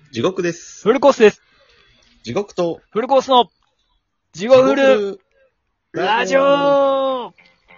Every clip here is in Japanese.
地獄です。 フルコースです。 地獄とフルコースの地獄フルラジオ。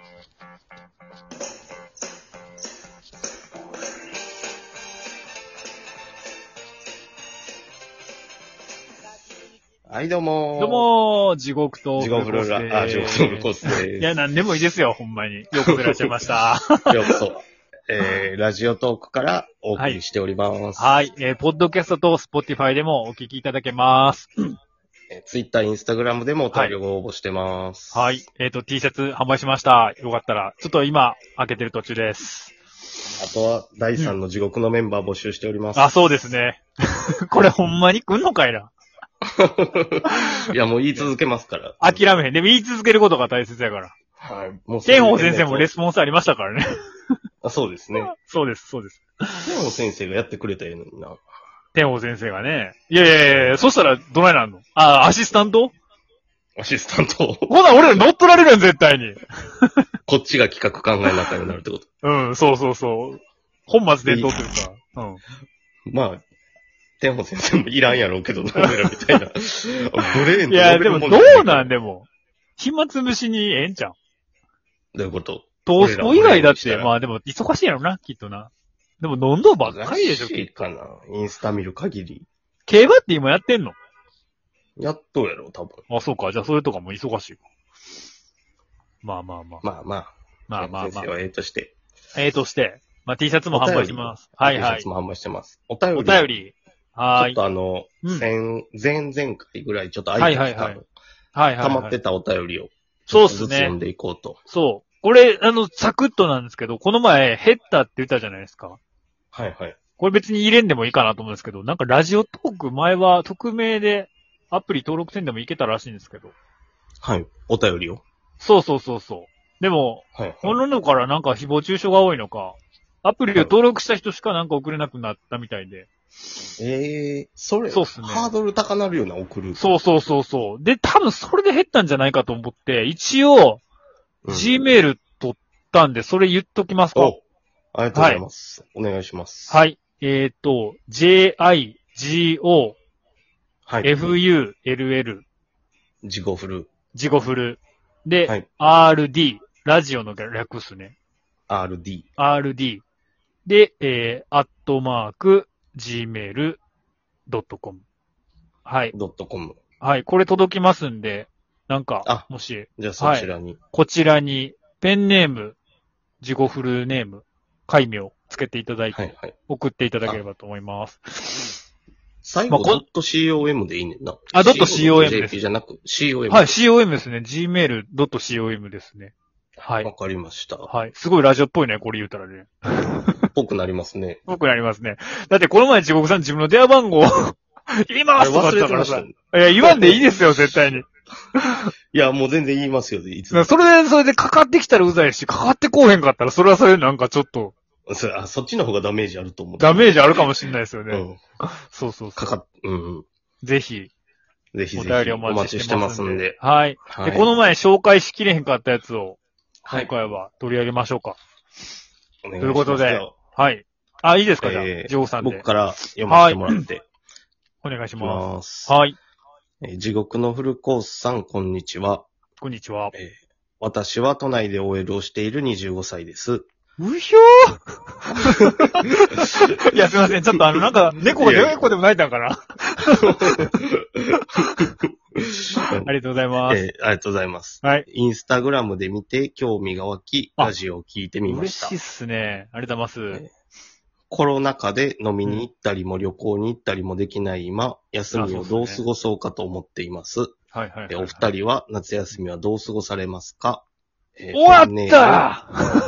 はい、どうもー。 どうもー、地獄と地獄フルラ、地獄とフルコースです。 いや、なんでもいいですよ、ほんまに。ようこそいらっしゃいました。 ようこそ。ラジオトークからお送りしております。 はい、ポッドキャストとスポティファイでもお聞きいただけます。 ツイッター、インスタグラムでもお便りを応募してます。 はい、T シャツ販売しました。よかったら、ちょっと今、開けてる途中です。 あとは、第3の地獄のメンバー募集しております。 あ、そうですね。これほんまに来んのかいな。 いや、もう言い続けますから。 諦めへん。でも言い続けることが大切やから。 はい。もう天保先生もレスポンスありましたからね。 あ、そうですね。 そうです、そうです。 天保先生がやってくれたらいいのにな。 天保先生がね。いや、そしたらどないなんの？あ、アシスタント？ アシスタントほな、俺ら乗っ取られるやん、絶対に。 こっちが企画考えなかになるってこと。 うん、そう。本末転倒というか。うん。 まあ、天保先生もいらんやろうけどな、俺らみたいな。ブレーンといや、でもどうなんででも。暇つぶしにええんちゃう？ どういうこと？ トースト以外だって、まあでも忙しいやろな、きっとな。でも飲んどばっかりでしょ、 忙しいかな。インスタ見る限り。 競馬って今やってんの？ やっとうやろ、多分。 あ、そうか。じゃあそれとかも忙しい。まあ。 まあ。先生はとして。 まあ T シャツも販売します。はい。 T シャツも販売してます。お便り。 はい。 ちょっと前々回ぐらいちょっと空いてきたの。溜まってたお便りを。 そうっすね。 読んでいこうと。 そう。これ、サクッとなんですけど、この前、減ったって言ったじゃないですか。 はい。 これ別に入れんでもいいかなと思うんですけど、なんかラジオトーク前は匿名でアプリ登録せんでもいけたらしいんですけど。 はい。お便りを。 そう。でも、こののからなんか誹謗中傷が多いのか、アプリを登録した人しかなんか送れなくなったみたいで。 それ、 そうっすね。 ハードル高なるような送る。 そう。で、多分それで減ったんじゃないかと思って、一応、Gmail 取ったんで、それ言っときますか？ ありがとうございます。お願いします。 はい。JIGO、FULL。 ジゴフル。 で、RD、ラジオの略っすね。 RD。 で、@gmail.com。はい。 .com。 はい。これ届きますんで、なんか、もし。 じゃあそちらに。 こちらに、ペンネーム、ジゴフルネーム、戒名つけていただいて、送っていただければと思います。 最後、.com でいいねんな。 .com です。 じゃなく、COM。 はい、COM ですね。gmail.com ですね。はい。 わかりました。 はい。すごいラジオっぽいね、これ言うたらね。 ぽくなりますね。 ぽくなりますね。だってこの前地獄さん自分の電話番号言いますとか言ったからさ。いや、言わんでいいですよ、絶対に。 いや、もう全然言いますよ、いつも。 それでかかってきたらうざいし、かかってこうへんかったら、それはそれなんかちょっと。 そっちの方がダメージあると思う。 ダメージあるかもしれないですよね。そう。ぜひ。お便りお待ちしてますんで。はい。で、この前紹介しきれへんかったやつを、今回は取り上げましょうか。 ということで、はい。いいですか、じゃあ、ジョーさんで。 僕から読ませてもらって。 お願いします。 はい。地獄のフルコースさん、こんにちは。 こんにちは。 私は都内で OL をしている25歳です。 うひょーいや、すいません。ちょっとなんか、猫でも泣いたんかなありがとうございます。 ありがとうございます。 はい。 インスタグラムで見て興味が湧き、ラジオを聞いてみました。 嬉しいっすね。ありがとうございます。 コロナ禍で飲みに行ったりも旅行に行ったりもできない今、休みをどう過ごそうかと思っています。お二人は夏休みはどう過ごされますか？ 終わった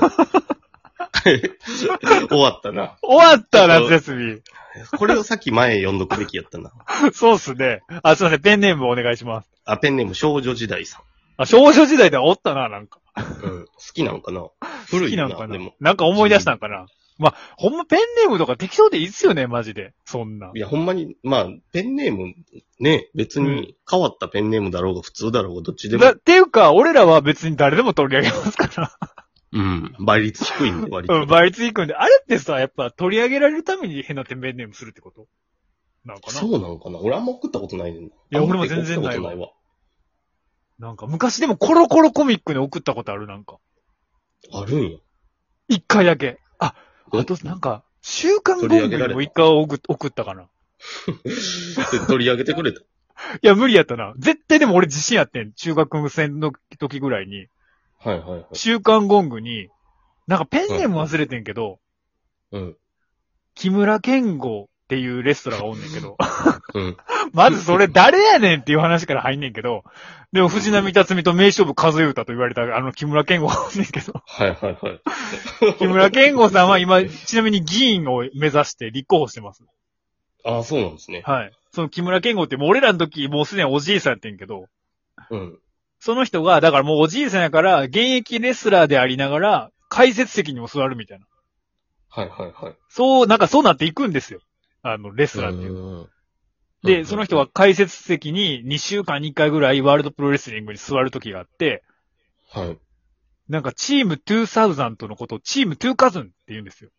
終わったな。 終わった夏休み。 これをさっき前読んどくべきやったな。 そうっすね。すいません。ペンネームお願いします。 ペンネーム少女時代さん。 少女時代でおったな、なんか。 好きなのかな？古いな。好きなのかな？ でも。なんか思い出したんかな？まあ、ほんまペンネームとか適当でいいっすよね、マジで。そんな。 いや、ほんまに、ペンネーム、ね、別に変わったペンネームだろうが普通だろうがどっちでも。 っていうか、俺らは別に誰でも取り上げますから。 倍率低いんで、割と。 倍率低いんで。あれってさ、やっぱ取り上げられるために変なペンネームするってこと？ なんかな。 そうなんかな俺あんま送ったことないねん。いや、俺も全然ないわ。なんか昔でもコロコロコミックに送ったことあるなんか。 あるんや。 一回だけ。あとなんか、週刊ゴングにも一回送ったかな。 取り上げてくれた。 いや、無理やったな。絶対でも俺自信やってん。中学生の時ぐらいに。 はいはいはい。 週刊ゴングに、なんかペンネーム忘れてんけど、 うん。 木村健吾っていうレストランがおんねんけど、 うん。 まずそれ誰やねんっていう話から入んねんけど、でも藤波辰巳と名勝負和代太と言われた木村健吾がおんねんけど、 はいはいはい。 木村健吾さんは今、ちなみに議員を目指して立候補してます。 ああ、そうなんですね。 はい。その木村健吾ってもう俺らの時もうすでにおじいさんやってんけど、 うん。 その人が、だからもうおじいさんやから、現役レスラーでありながら、解説席にも座るみたいな。 はいはいはい。 そう、なんかそうなっていくんですよ。レスラーっていう。で、その人は解説席に2週間に1回ぐらいワールドプロレスリングに座る時があって、 はい。 なんかチーム2000のことをチーム2000って言うんですよ。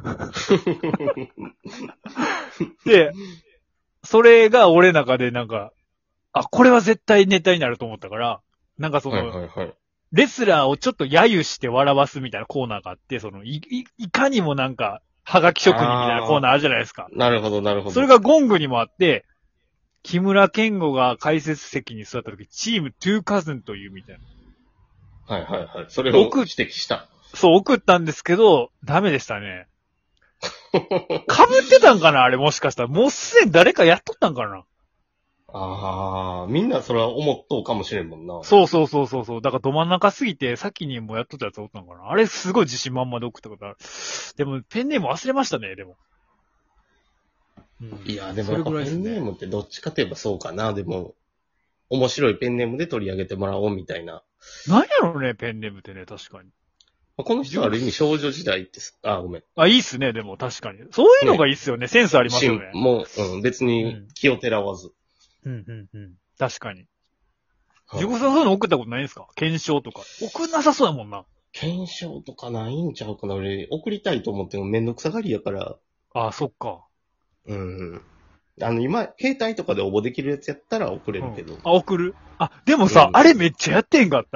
で、それが俺の中でなんか、あ、これは絶対ネタになると思ったから、なんかその、 はいはいはい、 レスラーをちょっと揶揄して笑わすみたいなコーナーがあって、いかにもなんか、はがき職人みたいなコーナーあるじゃないですか。 なるほどなるほど。 それがゴングにもあって、木村健吾が解説席に座った時、チーム2000というみたいな。はいはいはい。それを指摘した。 そう、送ったんですけど、ダメでしたね。被ってたんかなあれもしかしたら。もうすでに誰かやっとったんかな。 ああ、みんなそれは思っとうかもしれんもんな。 そう。だからど真ん中すぎて、先にもうやっとったやつおったんかな。あれすごい自信満々で送ったことある。でも、ペンネーム忘れましたね、でも。 うん、いや、でもやっぱペンネームってどっちかといえばそうかな。でも、面白いペンネームで取り上げてもらおうみたいな。 なんやろね、ペンネームってね、確かに。 この人はある意味少女時代って、ごめん。 いいっすね、でも確かに。そういうのがいいっすよね。センスありますよね。 もう、別に気をてらわず。 確かに。自己さんそういうの送ったことないんですか？検証とか。送んなさそうやもんな。 検証とかないんちゃうかな。俺、送りたいと思ってもめんどくさがりやから。 あ、そっか。 今、携帯とかで応募できるやつやったら送れるけど。 送る？でもさ、あれめっちゃやってんかった。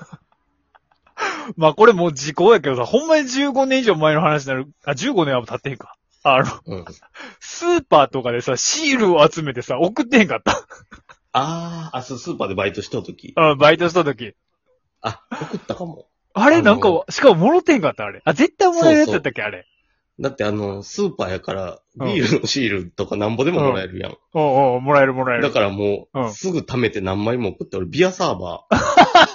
まあこれもう時効やけどさ、ほんまに15年以上前の話になる。15年は経ってへんか。スーパーとかでさ、シールを集めてさ、送ってへんかった。 スーパーでバイトした時。 バイトした時。 送ったかも。 あれなんか、しかももろてんかったあれ。絶対もらえるやつやったっけあれ。 だってスーパーやから、ビールのシールとかなんぼでももらえるやん。 もらえる。 だからもう、すぐ貯めて何枚も送って、俺ビアサーバー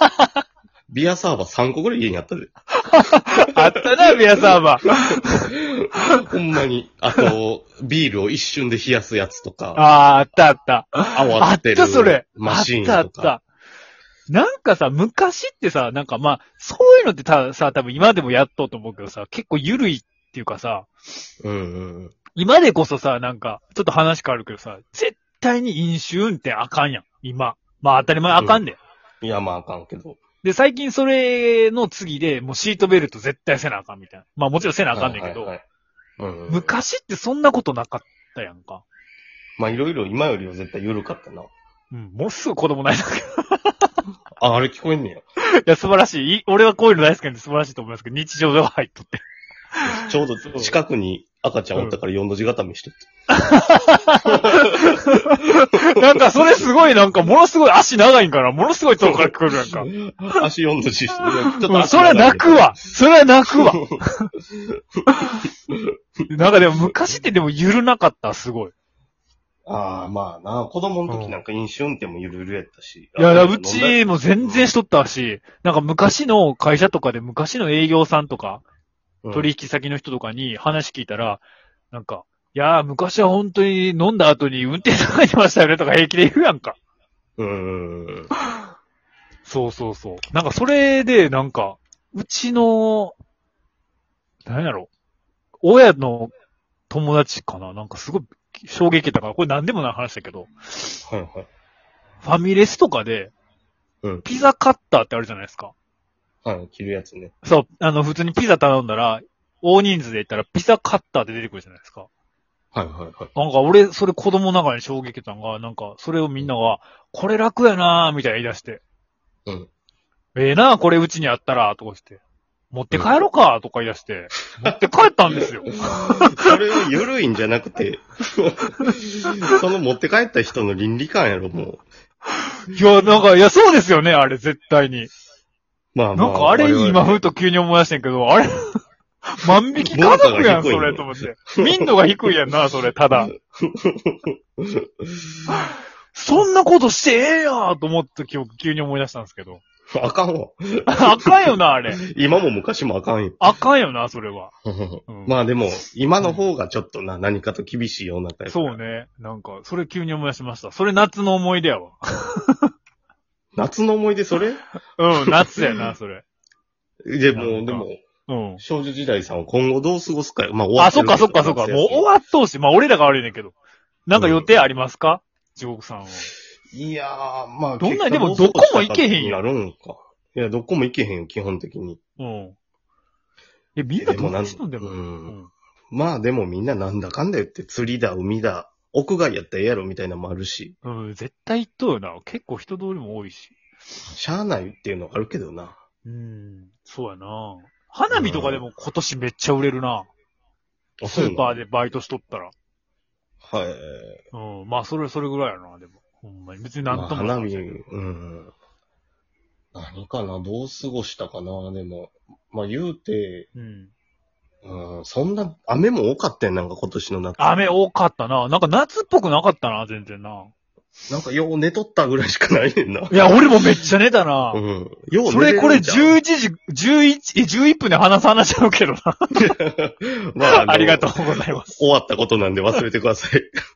3個ぐらい家にあったで。 あったな、ビアサーバー。 ほんまに。あと、ビールを一瞬で冷やすやつとか。 あった。 泡ってる。 それ。 マシーンとか。あった。 なんかさ、昔ってさ、なんかまあ、そういうのって多分今でもやっとうと思うけどさ、結構緩いっていうかさ、今でこそさ、なんか、ちょっと話変わるけどさ、絶対に飲酒運転あかんやん、今。まあ当たり前あかんねん。いや、まああかんけど。 で、最近それの次で、もうシートベルト絶対せなあかんみたいな。まあもちろんせなあかんねんけど、昔ってそんなことなかったやんか。 まあいろいろ今よりは絶対緩かったな。 もうすぐ子供ないんだけど。 あれ聞こえんねや。 いや、素晴らしい。俺はこういうの大好きなんで素晴らしいと思いますけど、日常では入っとって。 ちょうど近くに赤ちゃんおったから4の字固めしとって。 なんかそれすごいなんかものすごい足長いんかなものすごい遠くから聞こえるやんか。 足4の字して。 それは泣くわ。なんかでも昔ってでも緩なかった、すごい。 まあな、子供の時なんか飲酒運転もゆるゆるやったし。 いや、うちも全然しとったし、なんか昔の会社とかで昔の営業さんとか、取引先の人とかに話聞いたら、なんか、いやー、昔は本当に飲んだ後に運転とかにましたよねとか平気で言うやんか。そう。なんかそれで、なんか、うちの、何やろ、親の友達かななんかすごい衝撃だから、これ何でもない話だけど、ファミレスとかで、ピザカッターってあるじゃないですか。 切るやつね。 そう、普通にピザ頼んだら、大人数で言ったらピザカッターって出てくるじゃないですか。 はいはいはい。 なんか俺、それ子供の中に衝撃たんが、なんか、それをみんなが、これ楽やなーみたいな言い出して。 うん。 ええなーこれうちにあったら、とかして。持って帰ろうか、とか言い出して。持って帰ったんですよ。 それは緩いんじゃなくて、その持って帰った人の倫理観やろ、もう。いや、なんか、いや、そうですよね、あれ、絶対に。 まあまあ。 なんか、あれ今ふうと急に思い出してんけど、あれ万引き家族やん、それ、と思って。民度が低いやんな、それ、ただ。そんなことしてええやんと思って急に思い出したんですけど。 あかんわ。 あかんよな、あれ。 今も昔もあかんよ。 あかんよな、それは。 うん、まあでも、今の方がちょっと何かと厳しい世の中やから。 そうね。なんか、それ急に思い出しました。それ夏の思い出やわ。 夏の思い出それ？ うん、夏やな、それ。 でも、うん。少女時代さんは今後どう過ごすかよ。まあ終わってる。 そっか。もう終わっとうし。まあ俺らが悪いねんけど。なんか予定ありますか？地獄さんは。 いやー、まあ。 どんなにでもどこも行けへんよ。 なるんか。いや、どこも行けへんよ、基本的に。 うん。みんなどうしたんだよ。 うん。まあでもみんななんだかんだ言って釣りだ、海だ、屋外やったらええやろみたいなのもあるし。 うん、絶対行っとうよな。結構人通りも多いし。 しゃあないっていうのがあるけどな。 そうやな。花火とかでも今年めっちゃ売れるな。スーパーでバイトしとったら。 はい。 うん。まあ、それぐらいやな、でも。ほんまに。別になんとも。 花火、何かな、どう過ごしたかな、でも。まあ言うて、そんな、雨も多かったよ、なんか今年の夏。 雨多かったな。なんか夏っぽくなかったな、全然な。 なんかよう寝とったぐらいしかないねんな。 いや、俺もめっちゃ寝たな。 よう寝れそれこれ11分で話ちゃうけどな。まあ、ありがとうございます。 終わったことなんで忘れてください。